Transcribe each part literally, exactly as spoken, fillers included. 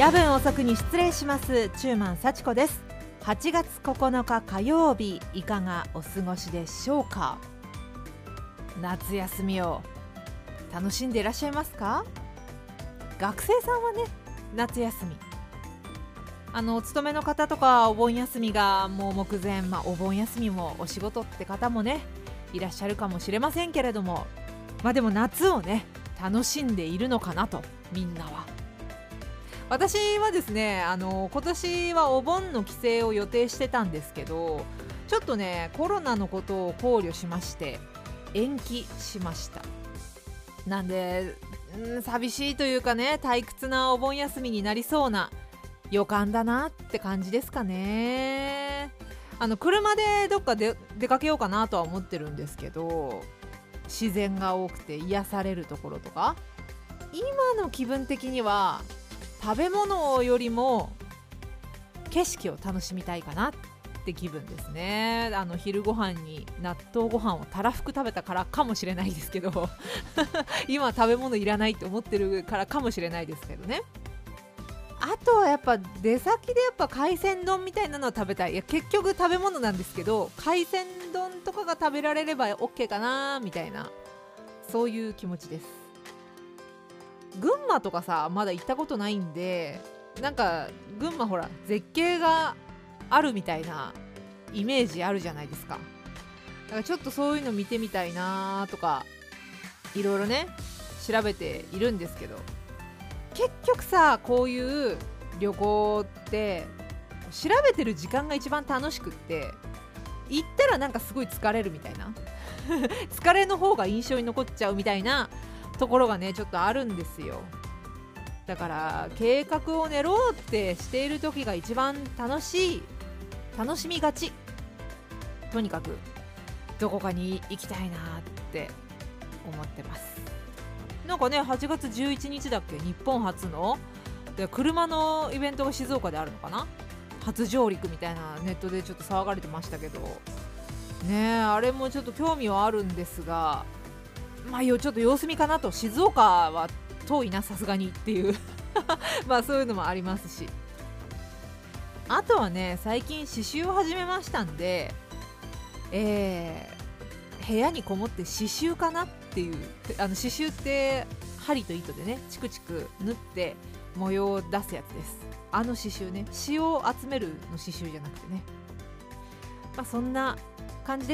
夜分遅くに失礼します。中馬幸子です。はちがつここのか火曜日、いかがお過ごしでしょうか。夏休みを楽しんでいらっしゃいますか。学生さんはね、夏休み、あのお勤めの方とかお盆休みがもう目前、まあ、お盆休みもお仕事って方もねいらっしゃるかもしれませんけれども、まあでも夏をね楽しんでいるのかなと、みんなは。私はですね、あの今年はお盆の帰省を予定してたんですけど、ちょっとねコロナのことを考慮しまして延期しました。なんでん寂しいというかね、退屈なお盆休みになりそうな予感だなって感じですかね。あの車でどっかで出かけようかなとは思ってるんですけど、自然が多くて癒されるところとか、今の気分的には食べ物よりも景色を楽しみたいかなって気分ですね。あの昼ご飯に納豆ご飯をたらふく食べたからかもしれないですけど今食べ物いらないって思ってるからかもしれないですけどね。あとはやっぱ出先でやっぱ海鮮丼みたいなのは食べたい。いや結局食べ物なんですけど、海鮮丼とかが食べられれば OK かなみたいな、そういう気持ちです。群馬とかさ、まだ行ったことないんで、なんか群馬ほら絶景があるみたいなイメージあるじゃないですか。だからちょっとそういうの見てみたいなとかいろいろね調べているんですけど、結局さ、こういう旅行って調べてる時間が一番楽しくって、行ったらなんかすごい疲れるみたいな疲れの方が印象に残っちゃうみたいなところがねちょっとあるんですよ。だから計画を練ろうってしている時が一番楽しい、楽しみがち。とにかくどこかに行きたいなって思ってます。なんかねはちがつじゅういちにちだっけ、日本初ので車のイベントが静岡であるのかな、初上陸みたいなネットでちょっと騒がれてましたけどね。あれもちょっと興味はあるんですが、まあちょっと様子見かなと。静岡は遠いなさすがにっていうまあそういうのもありますし、あとはね最近刺繍を始めましたんで、えー、部屋にこもって刺繍かなっていう。あの刺繍って針と糸でねチクチク縫って模様を出すやつです。あの刺繍ね、詩を集めるの刺繍じゃなくてね。まあそんな感じです。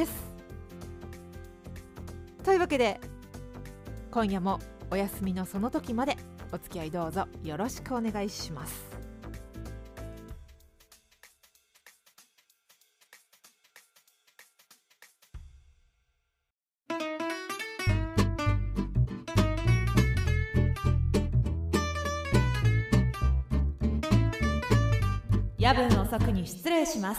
というわけで今夜もお休みのその時までお付き合いどうぞよろしくお願いします。夜分遅くに失礼します。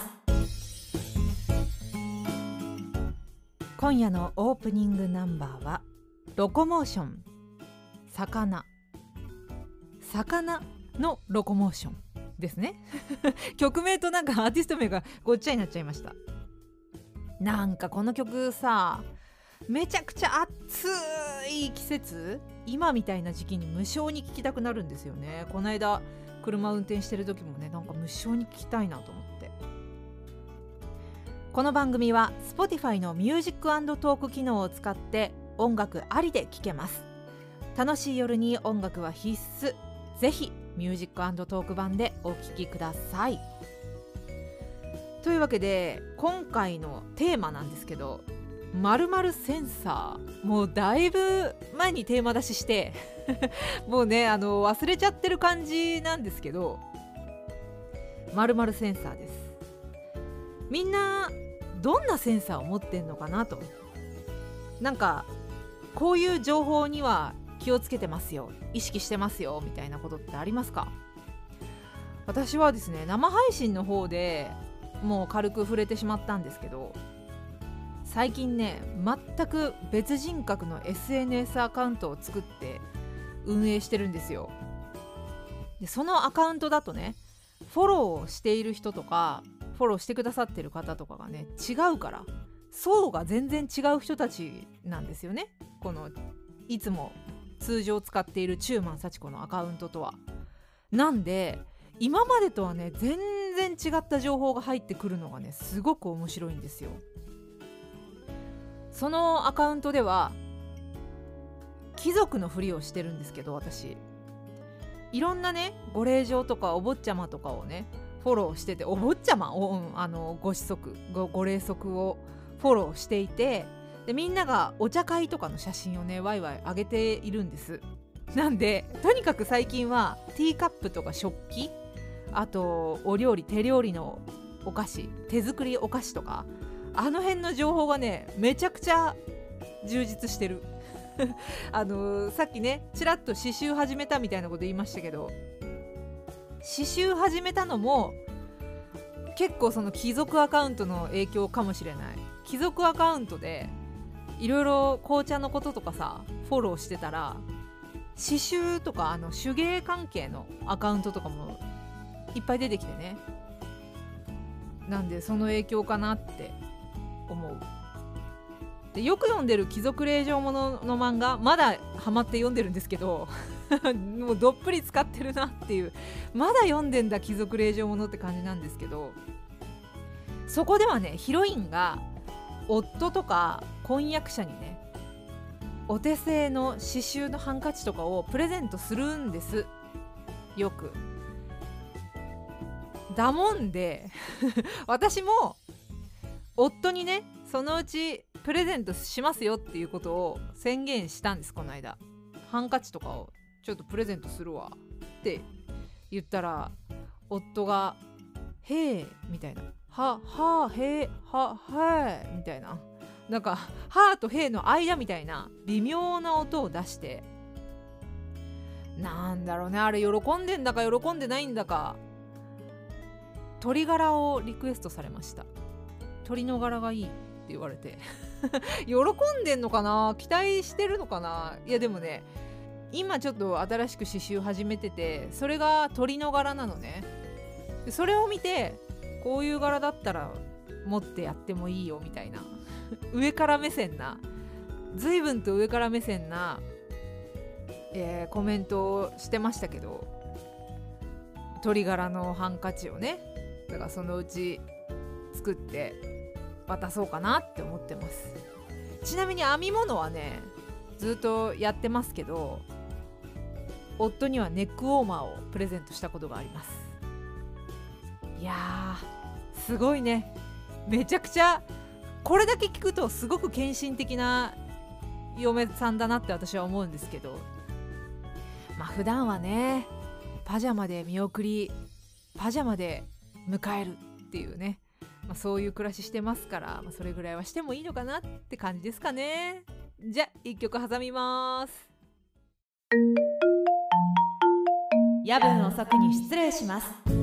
今夜のオープニングナンバーはロコモーション、魚魚のロコモーションですね曲名となんかアーティスト名がごっちゃになっちゃいました。なんかこの曲さ、めちゃくちゃ暑い季節、今みたいな時期に無性に聴きたくなるんですよね。この間車運転してる時もね、なんか無性に聴きたいなと思って。この番組は Spotify のミュージック&トーク機能を使って音楽ありで聴けます。楽しい夜に音楽は必須。ぜひミュージック&トーク版でお聴きください。というわけで今回のテーマなんですけど、〇〇センサー。もうだいぶ前にテーマ出ししてもうねあの忘れちゃってる感じなんですけど、〇〇センサーです。みんなどんなセンサーを持ってんのかなと。なんかこういう情報には気をつけてますよ、意識してますよみたいなことってありますか？私はですね、生配信の方でもう軽く触れてしまったんですけど、最近ね全く別人格の エスエヌエス アカウントを作って運営してるんですよ。でそのアカウントだとね、フォローをしている人とかフォローしてくださってる方とかがね違うから、層が全然違う人たちなんですよね。このいつも通常使っている中馬幸子のアカウントとは。 なんで今までとはね全然違った情報が入ってくるのがねすごく面白いんですよ。そのアカウントでは貴族のふりをしてるんですけど、私いろんなねご令嬢とかお坊ちゃまとかをねフォローしてて、お坊ちゃまを、うん、あのご子息 ご, ご霊息をフォローしていて、でみんながお茶会とかの写真をねワイワイ上げているんです。なんでとにかく最近はティーカップとか食器、あとお料理手料理のお菓子、手作りお菓子とかあの辺の情報がねめちゃくちゃ充実してるあのー、さっきねちらっと刺繍始めたみたいなこと言いましたけど、刺繍始めたのも結構その貴族アカウントの影響かもしれない。貴族アカウントでいろいろ紅茶のこととかさフォローしてたら、刺繍とかあの手芸関係のアカウントとかもいっぱい出てきてね、なんでその影響かなって思う。でよく読んでる貴族令嬢ものの漫画まだハマって読んでるんですけどもうどっぷり使ってるなっていう、まだ読んでんだ貴族令嬢ものって感じなんですけど、そこではねヒロインが夫とか婚約者にねお手製の刺繍のハンカチとかをプレゼントするんです。よくだもんで私も夫にねそのうちプレゼントしますよっていうことを宣言したんです。この間ハンカチとかをちょっとプレゼントするわって言ったら、夫がへーみたいな、ははへーははーみたいな、なんかはーとへーの間みたいな微妙な音を出して、なんだろうねあれ喜んでんだか喜んでないんだか、鳥柄をリクエストされました。鳥の柄がいいって言われて喜んでんのかな、期待してるのかな。いやでもね今ちょっと新しく刺繍始めてて、それが鳥の柄なのね。でそれを見てこういう柄だったら持ってやってもいいよみたいな上から目線な、随分と上から目線な、えー、コメントをしてましたけど、鳥柄のハンカチをねだからそのうち作って渡そうかなって思ってます。ちなみに編み物はねずっとやってますけど、夫にはネックウォーマーをプレゼントしたことがあります。いやーすごいね、めちゃくちゃこれだけ聞くとすごく献身的な嫁さんだなって私は思うんですけど、まあ普段はねパジャマで見送りパジャマで迎えるっていうね、まあ、そういう暮らししてますから、まあ、それぐらいはしてもいいのかなって感じですかね。じゃあ一曲挟みます。夜分遅くに失礼します。ウ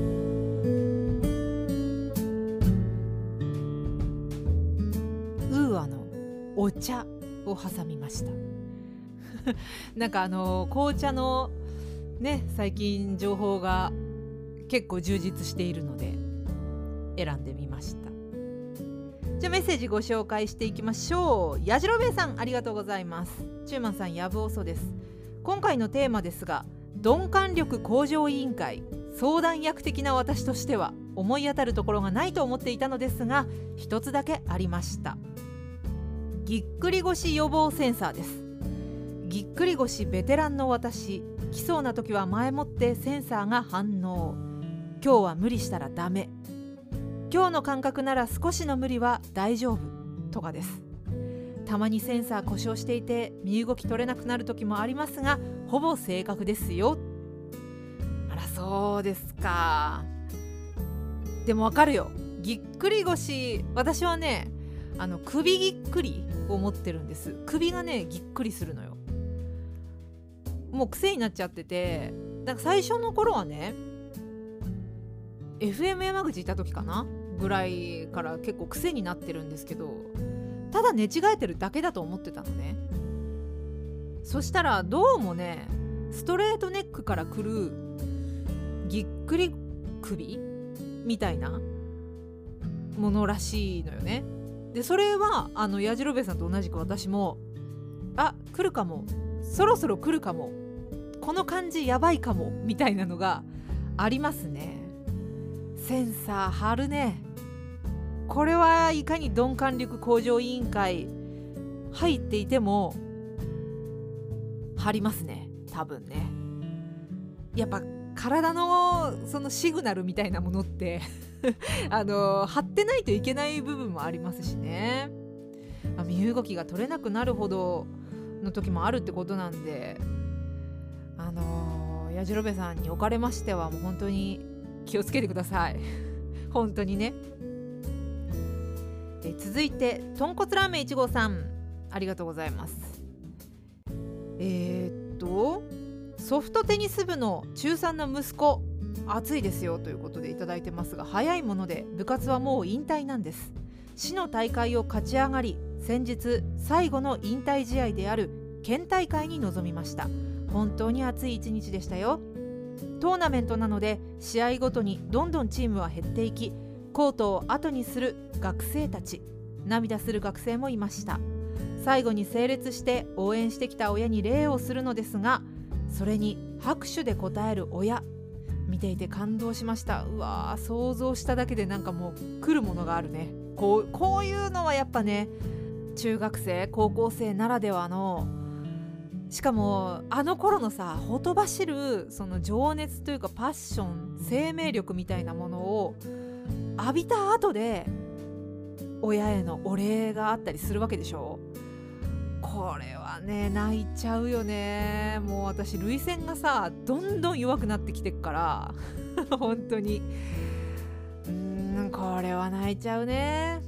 ーアのお茶を挟みましたなんかあの紅茶のね最近情報が結構充実しているので選んでみました。じゃあメッセージご紹介していきましょう。やじろべえさんありがとうございます。チューマンさんやぶおそです。今回のテーマですが、鈍感力向上委員会相談役的な私としては思い当たるところがないと思っていたのですが、一つだけありました。ぎっくり腰予防センサーです。ぎっくり腰ベテランの私、来そうな時は前もってセンサーが反応。今日は無理したらダメ、今日の感覚なら少しの無理は大丈夫とかです。たまにセンサー故障していて身動き取れなくなる時もありますが、ほぼ正確ですよ。あらそうですか。でもわかるよ、ぎっくり腰。私はねあの首ぎっくりを持ってるんです。首がねぎっくりするのよ。もう癖になっちゃってて、なんか最初の頃はね エフエム 山口いた時かなぐらいから結構癖になってるんですけど、ただ寝違えてるだけだと思ってたのね。そしたらどうもねストレートネックからくるぎっくり首みたいなものらしいのよね。でそれはあのやじろべえさんと同じく私もあ来るかも、そろそろ来るかも、この感じやばいかもみたいなのがありますね。センサー貼るね。これはいかに鈍感力向上委員会入っていても貼りますね、多分ね。やっぱ体のそのシグナルみたいなものってあの貼ってないといけない部分もありますしね。まあ、身動きが取れなくなるほどの時もあるってことなんで、あのー、やじろべさんにおかれましてはもう本当に気をつけてください本当にね。え続いて豚骨ラーメンいち号さん、ありがとうございます。えー、っとソフトテニス部の中さんの息子、暑いですよということでいただいてますが、早いもので部活はもう引退なんです。市の大会を勝ち上がり、先日最後の引退試合である県大会に臨みました。本当に暑い一日でしたよ。トーナメントなので試合ごとにどんどんチームは減っていき、コートを後にする学生たち、涙する学生もいました。最後に整列して応援してきた親に礼をするのですが、それに拍手で応える親、見ていて感動しました。うわー、想像しただけでなんかもう来るものがあるね。こう、こういうのはやっぱね、中学生高校生ならではの、しかもあの頃のさ、ほとばしるその情熱というかパッション、生命力みたいなものを浴びた後で親へのお礼があったりするわけでしょ。これはね、泣いちゃうよね。もう私涙腺がさ、どんどん弱くなってきてっから本当にうーん、これは泣いちゃうね。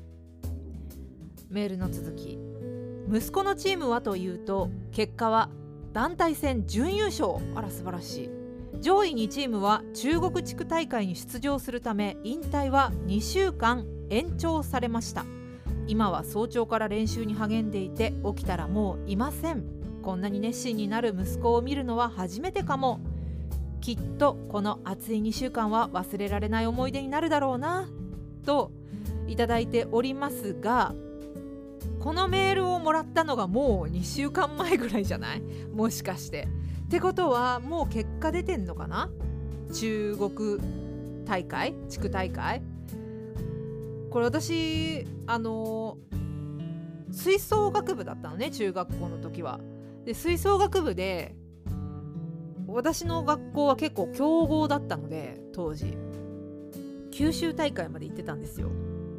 メールの続き、息子のチームはというと、結果は団体戦準優勝。あら素晴らしい。上位にチームは中国地区大会に出場するため、引退はにしゅうかん延長されました。今は早朝から練習に励んでいて、起きたらもういません。こんなに熱心になる息子を見るのは初めてかも。きっとこの暑いにしゅうかんは忘れられない思い出になるだろうなといただいておりますが、このメールをもらったのがもうにしゅうかんまえぐらいじゃない？もしかしてってことはもう結果出てんのかな？中国大会、地区大会。これ私あの吹奏楽部だったのね、中学校の時は。で吹奏楽部で、私の学校は結構強豪だったので、当時九州大会まで行ってたんですよ。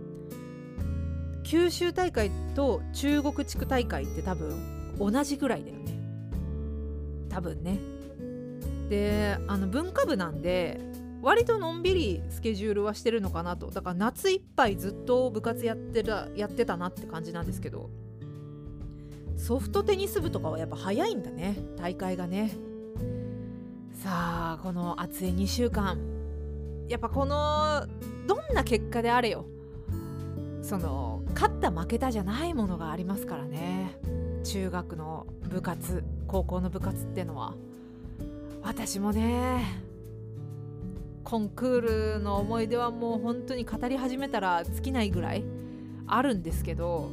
九州大会と中国地区大会って多分同じぐらいだよね、多分ね。であの文化部なんで割とのんびりスケジュールはしてるのかなと。だから夏いっぱいずっと部活やってた、やってたなって感じなんですけど、ソフトテニス部とかはやっぱ早いんだね、大会がね。さあこの暑いにしゅうかん、やっぱこのどんな結果であれよ、その勝った負けたじゃないものがありますからね。中学の部活、高校の部活ってのは。私もね、コンクールの思い出はもう本当に語り始めたら尽きないぐらいあるんですけど、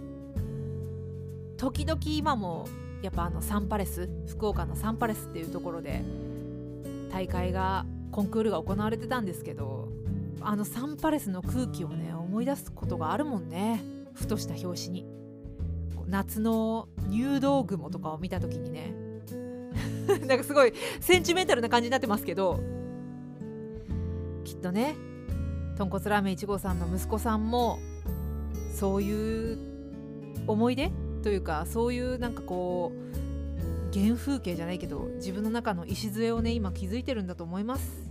時々今もやっぱあのサンパレス、福岡のサンパレスっていうところで大会が、コンクールが行われてたんですけど、あのサンパレスの空気をね思い出すことがあるもんね。ふとした拍子に夏の入道雲とかを見た時にねなんかすごいセンチメンタルな感じになってますけど、きっとね豚骨ラーメンいち号さんの息子さんもそういう思い出というか、そういうなんかこう原風景じゃないけど、自分の中の礎をね今気づいてるんだと思います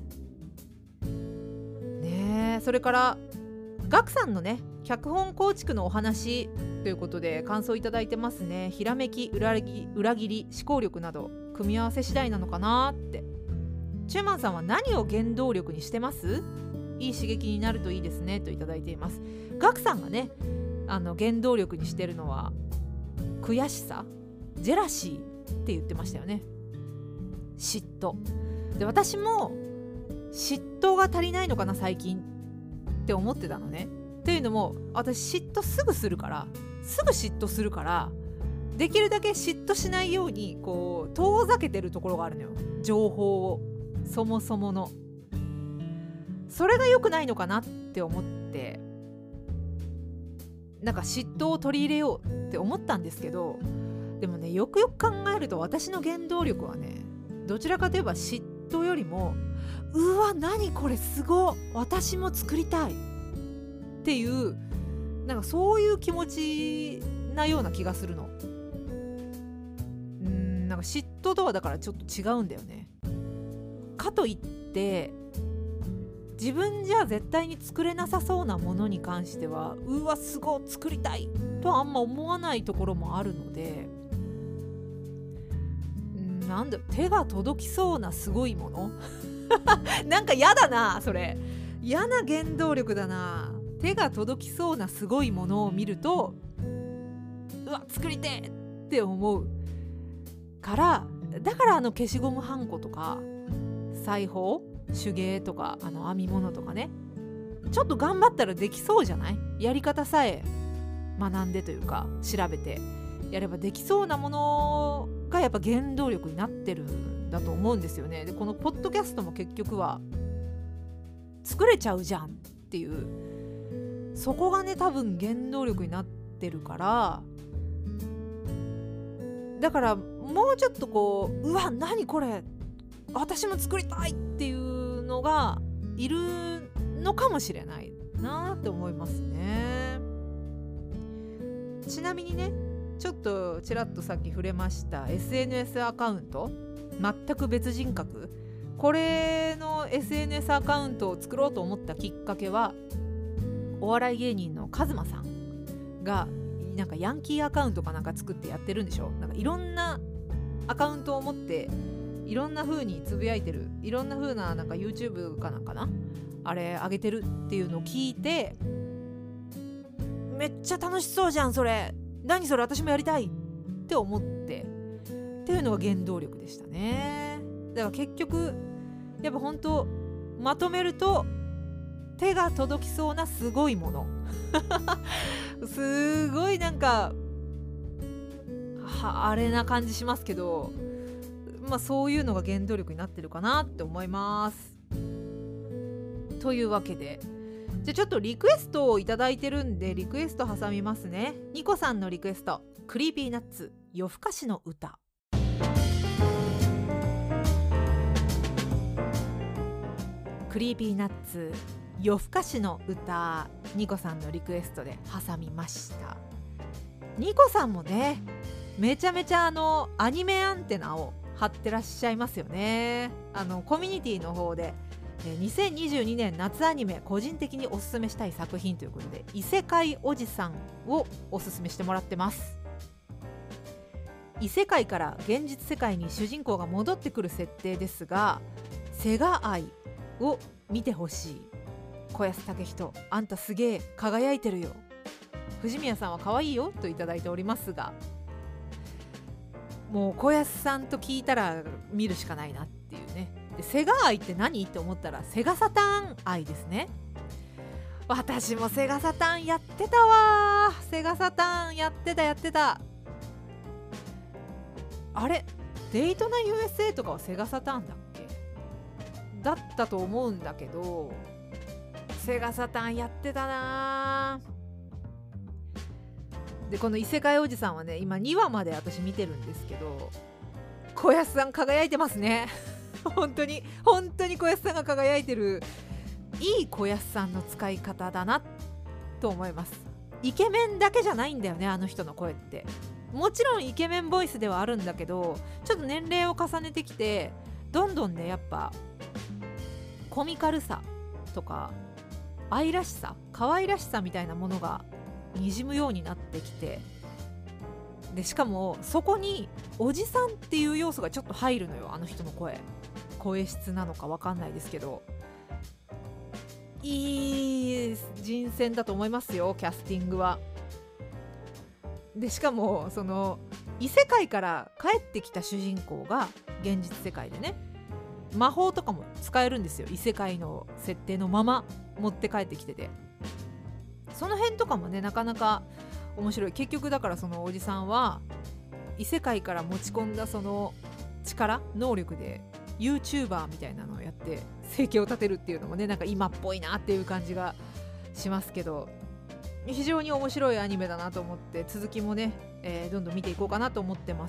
ね。それからガクさんのね脚本構築のお話ということで感想いただいてますね。ひらめき、裏切り、裏切り、思考力など組み合わせ次第なのかなって。チューマンさんは何を原動力にしてます？いい刺激になるといいですねといただいています。ガクさんがねあの原動力にしてるのは悔しさ、ジェラシーって言ってましたよね。嫉妬で、私も嫉妬が足りないのかな最近って思ってたのね。っていうのも私嫉妬すぐするからすぐ嫉妬するからできるだけ嫉妬しないようにこう遠ざけてるところがあるのよ。情報をそもそものそれが良くないのかなって思って、なんか嫉妬を取り入れようって思ったんですけど、でもね、よくよく考えると私の原動力はね、どちらかといえば嫉妬よりも、うわ何これすごっ、私も作りたいっていう、なんかそういう気持ちなような気がするの。うーんなんか嫉妬とはだからちょっと違うんだよね。かといって自分じゃ絶対に作れなさそうなものに関しては、うわすごい作りたいとはあんま思わないところもあるので、んなんだ手が届きそうなすごいものなんかやだな、それ嫌な原動力だな。手が届きそうなすごいものを見ると、うわ作りてーって思うから、だからあの消しゴムはんことか裁縫手芸とかあの編み物とかね、ちょっと頑張ったらできそうじゃない？やり方さえ学んでというか調べてやればできそうなものがやっぱ原動力になってるんだと思うんですよね。でこのポッドキャストも結局は作れちゃうじゃんっていう、そこがね多分原動力になってるから、だからもうちょっとこう、うわ何これ私も作りたいっていうのがいるのかもしれないなって思いますね。ちなみにね、ちょっとちらっとさっき触れました エスエヌエス アカウント、全く別人格、これの エスエヌエス アカウントを作ろうと思ったきっかけは、お笑い芸人のカズマさんがなんかヤンキーアカウントかなんか作ってやってるんでしょ。なんかいろんなアカウントを持っていろんな風につぶやいてる、いろんな風ななんか YouTube かなんかな、あれ上げてるっていうのを聞いて、めっちゃ楽しそうじゃんそれ、何それ私もやりたいって思ってっていうのが原動力でしたね。だから結局やっぱ本当まとめると、手が届きそうなすごいものすごいなんかはあれな感じしますけど、まあそういうのが原動力になってるかなって思います。というわけで、じゃあちょっとリクエストをいただいてるんでリクエスト挟みますね。ニコさんのリクエスト、クリーピーナッツ夜更かしの歌。クリーピーナッツ夜更かしの歌、ニコさんのリクエストで挟みました。ニコさんもね、めちゃめちゃあのアニメアンテナを張ってらっしゃいますよね。あのコミュニティの方でにせんにじゅうにねん夏アニメ個人的におすすめしたい作品ということで、異世界おじさんをおすすめしてもらってます。異世界から現実世界に主人公が戻ってくる設定ですが、セガ愛を見てほしい。小安武人、あんたすげえ輝いてるよ、藤宮さんは可愛いよといただいておりますが、もう小安さんと聞いたら見るしかないなっていうね。でセガ愛って何って思ったら、セガサターン愛ですね。私もセガサターンやってたわ。セガサターンやってたやってたあれデイトナ ユーエスエー とかはセガサターンだっけだったと思うんだけど、セガサターンやってたな。でこの異世界おじさんはね、今にわまで私見てるんですけど、小安さん輝いてますね本当に本当に小安さんが輝いてる。いい小安さんの使い方だなと思います。イケメンだけじゃないんだよね、あの人の声って。もちろんイケメンボイスではあるんだけど、ちょっと年齢を重ねてきてどんどんね、やっぱコミカルさとか愛らしさ、可愛らしさみたいなものがにじむようになってきて、でしかもそこにおじさんっていう要素がちょっと入るのよ。あの人の声声質なのか分かんないですけど、いい人選だと思いますよ、キャスティングは。でしかもその異世界から帰ってきた主人公が現実世界でね、魔法とかも使えるんですよ。異世界の設定のまま持って帰ってきてて、その辺とかもねなかなか面白い。結局だからそのおじさんは異世界から持ち込んだその力能力で YouTuber みたいなのをやって生計を立てるっていうのもね、なんか今っぽいなっていう感じがしますけど、非常に面白いアニメだなと思って、続きもね、えー、どんどん見ていこうかなと思ってます。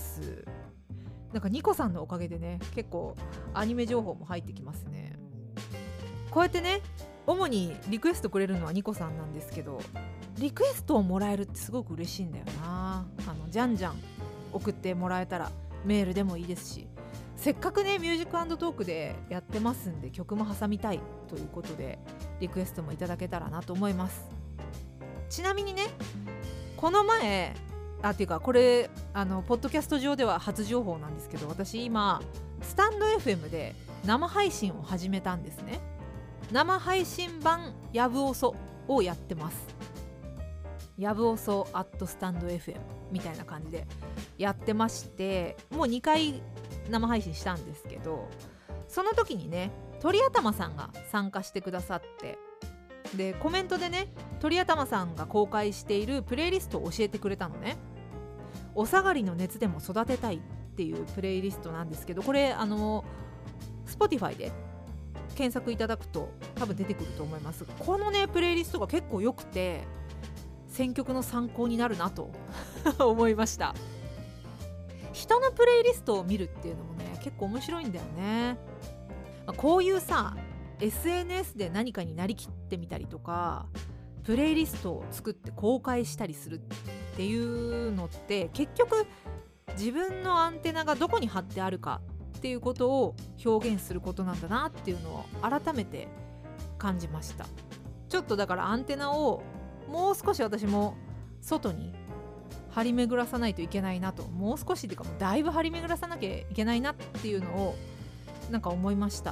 なんかニコさんのおかげでね、結構アニメ情報も入ってきますね。こうやってね、主にリクエストくれるのはニコさんなんですけど、リクエストをもらえるってすごく嬉しいんだよな。あのじゃんじゃん送ってもらえたら、メールでもいいですし、せっかくねミュージック&トークでやってますんで、曲も挟みたいということでリクエストもいただけたらなと思います。ちなみにね、この前あっていうかこれあのポッドキャスト上では初情報なんですけど、私今スタンド エフエム で生配信を始めたんですね。生配信版やぶおそをやってます。やぶおそ at スタンド エフエム みたいな感じでやってまして、もうにかい生配信したんですけど、その時にね鳥頭さんが参加してくださって、でコメントでね鳥頭さんが公開しているプレイリストを教えてくれたのね。お下がりの熱でも育てたいっていうプレイリストなんですけど、これあの Spotify で検索いただくと多分出てくると思います。このねプレイリストが結構良くて選曲の参考になるなと思いました。人のプレイリストを見るっていうのもね結構面白いんだよね。まあ、こういうさ エスエヌエス で何かになりきってみたりとか、プレイリストを作って公開したりするっていうのって結局自分のアンテナがどこに貼ってあるかっていうことを表現することなんだなっていうのを改めて感じました。ちょっとだからアンテナをもう少し私も外に張り巡らさないといけないなと、もう少しっていうかもうだいぶ張り巡らさなきゃいけないなっていうのをなんか思いました。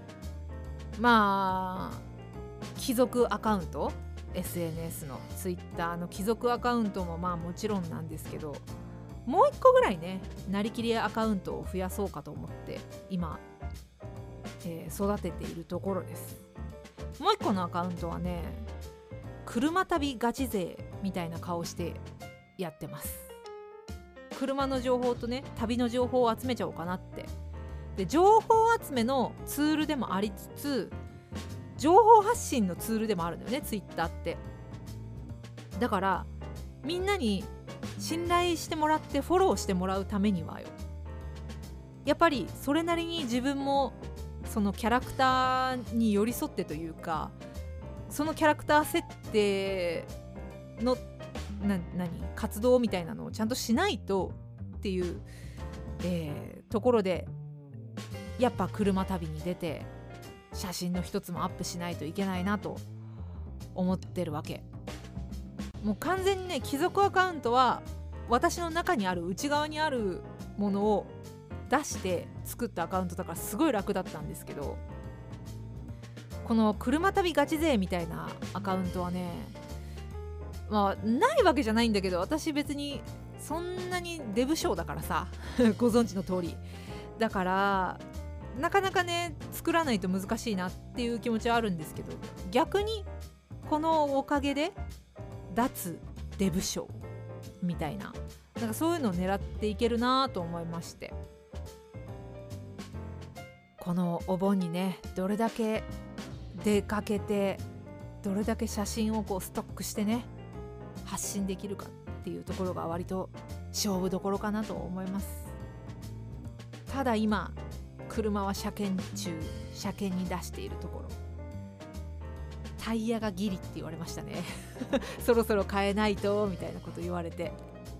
まあ貴族アカウント エスエヌエス の Twitter の貴族アカウントもまあもちろんなんですけど、もう一個ぐらいねなりきりアカウントを増やそうかと思って今、えー、育てているところです。もう一個のアカウントはね、車旅ガチ勢みたいな顔してやってます。車の情報とね旅の情報を集めちゃおうかなって。で情報集めのツールでもありつつ情報発信のツールでもあるんだよね、ツイッターって。だからみんなに信頼してもらってフォローしてもらうためにはよ、やっぱりそれなりに自分もそのキャラクターに寄り添ってというか、そのキャラクター設定のな何活動みたいなのをちゃんとしないとっていう、えー、ところでやっぱ車旅に出て写真の一つもアップしないといけないなと思ってるわけ。もう完全にね貴族アカウントは私の中にある内側にあるものを出して作ったアカウントだからすごい楽だったんですけど、この車旅ガチ勢みたいなアカウントはね、まあないわけじゃないんだけど、私別にそんなにデブ症だからさご存知の通りだからなかなかね作らないと難しいなっていう気持ちはあるんですけど、逆にこのおかげで脱デブ症みたいな、なんかそういうのを狙っていけるなと思いまして、このお盆にねどれだけ出かけてどれだけ写真をこうストックしてね発信できるかっていうところが割と勝負どころかなと思います。ただ今車は車検中、車検に出しているところ、タイヤがギリって言われましたねそろそろ変えないとみたいなこと言われて、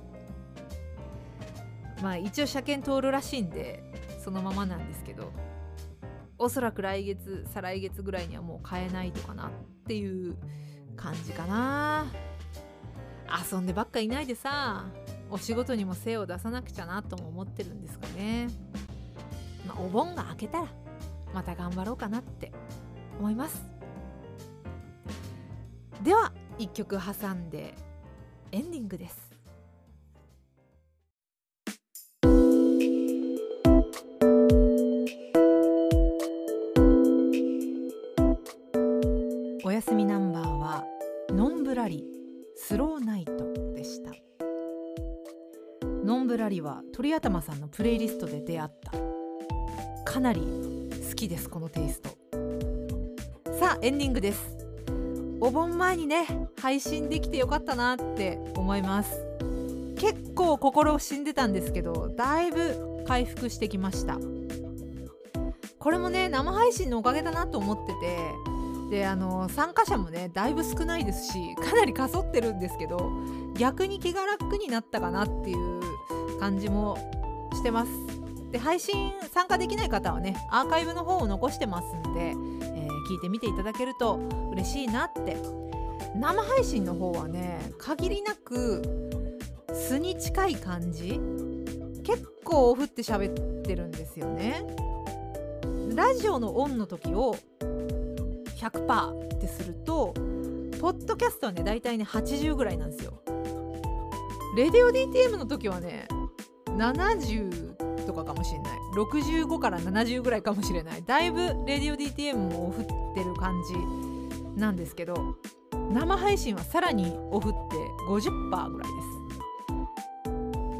まあ一応車検通るらしいんでそのままなんですけど、おそらく来月再来月ぐらいにはもう変えないとかなっていう感じかな。遊んでばっかいないでさ、お仕事にも精を出さなくちゃなとも思ってるんですかね。まあ、お盆が明けたらまた頑張ろうかなって思います。では一曲挟んでエンディングです。お休みナンバーはノンブラリスローナイトでした。ノンブラリは鳥頭さんのプレイリストで出会ったかなり好きです、このテイスト。さあエンディングです。お盆前にね配信できてよかったなって思います。結構心死んでたんですけど、だいぶ回復してきました。これもね生配信のおかげだなと思ってて、であの参加者もねだいぶ少ないですし、かなりかそってるんですけど、逆に気が楽になったかなっていう感じもしてます。で配信参加できない方はねアーカイブの方を残してますんで、えー、聞いてみていただけると嬉しいなって。生配信の方はね限りなく素に近い感じ、結構オフって喋ってるんですよね。ラジオのオンの時を ひゃくパーセント ってすると、ポッドキャストはねだいたいねはちじゅうぐらいなんですよ。レディオ ディーティーエム の時はねななじゅうとかかもしれない、ろくじゅうごからななじゅうぐらいかもしれない。だいぶレディオ ディーティーエム もオフってる感じなんですけど、生配信はさらにオフって ごじゅっパーセント ぐらいです。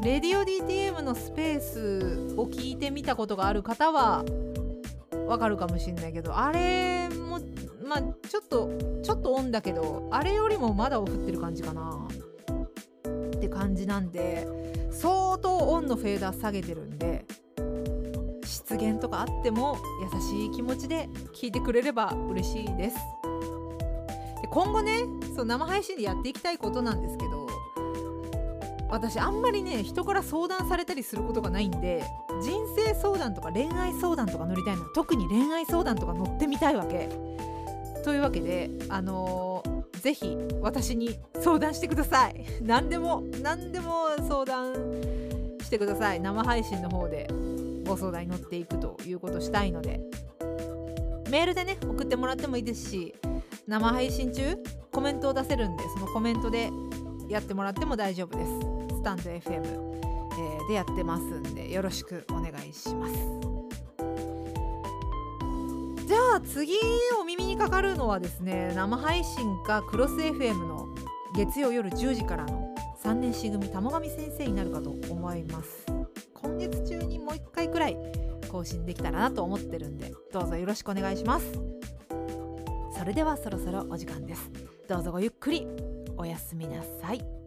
レディオ ディーティーエム のスペースを聞いてみたことがある方はわかるかもしれないけど、あれもまあちょっとちょっとオンだけど、あれよりもまだオフってる感じかなって感じなんで、相当オンのフェーダー下げてるんで、失言とかあっても優しい気持ちで聞いてくれれば嬉しいです。で今後ねそう生配信でやっていきたいことなんですけど、私あんまりね人から相談されたりすることがないんで、人生相談とか恋愛相談とか乗りたいの。特に恋愛相談とか乗ってみたいわけというわけで、あのー、ぜひ私に相談してください。何でも何でも相談してください。生配信の方でご相談に乗っていくということをしたいので、メールでね送ってもらってもいいですし、生配信中コメントを出せるんで、そのコメントでやってもらっても大丈夫です。スタンド エフエム、えー、でやってますんでよろしくお願いします。じゃあ次お耳にかかるのはですね、生配信かクロス エフエム の月曜夜じゅうじからのさんねんし組玉上先生になるかと思います。今月中にもういっかいくらい更新できたらなと思ってるんで、どうぞよろしくお願いします。それではそろそろお時間です。どうぞごゆっくりおやすみなさい。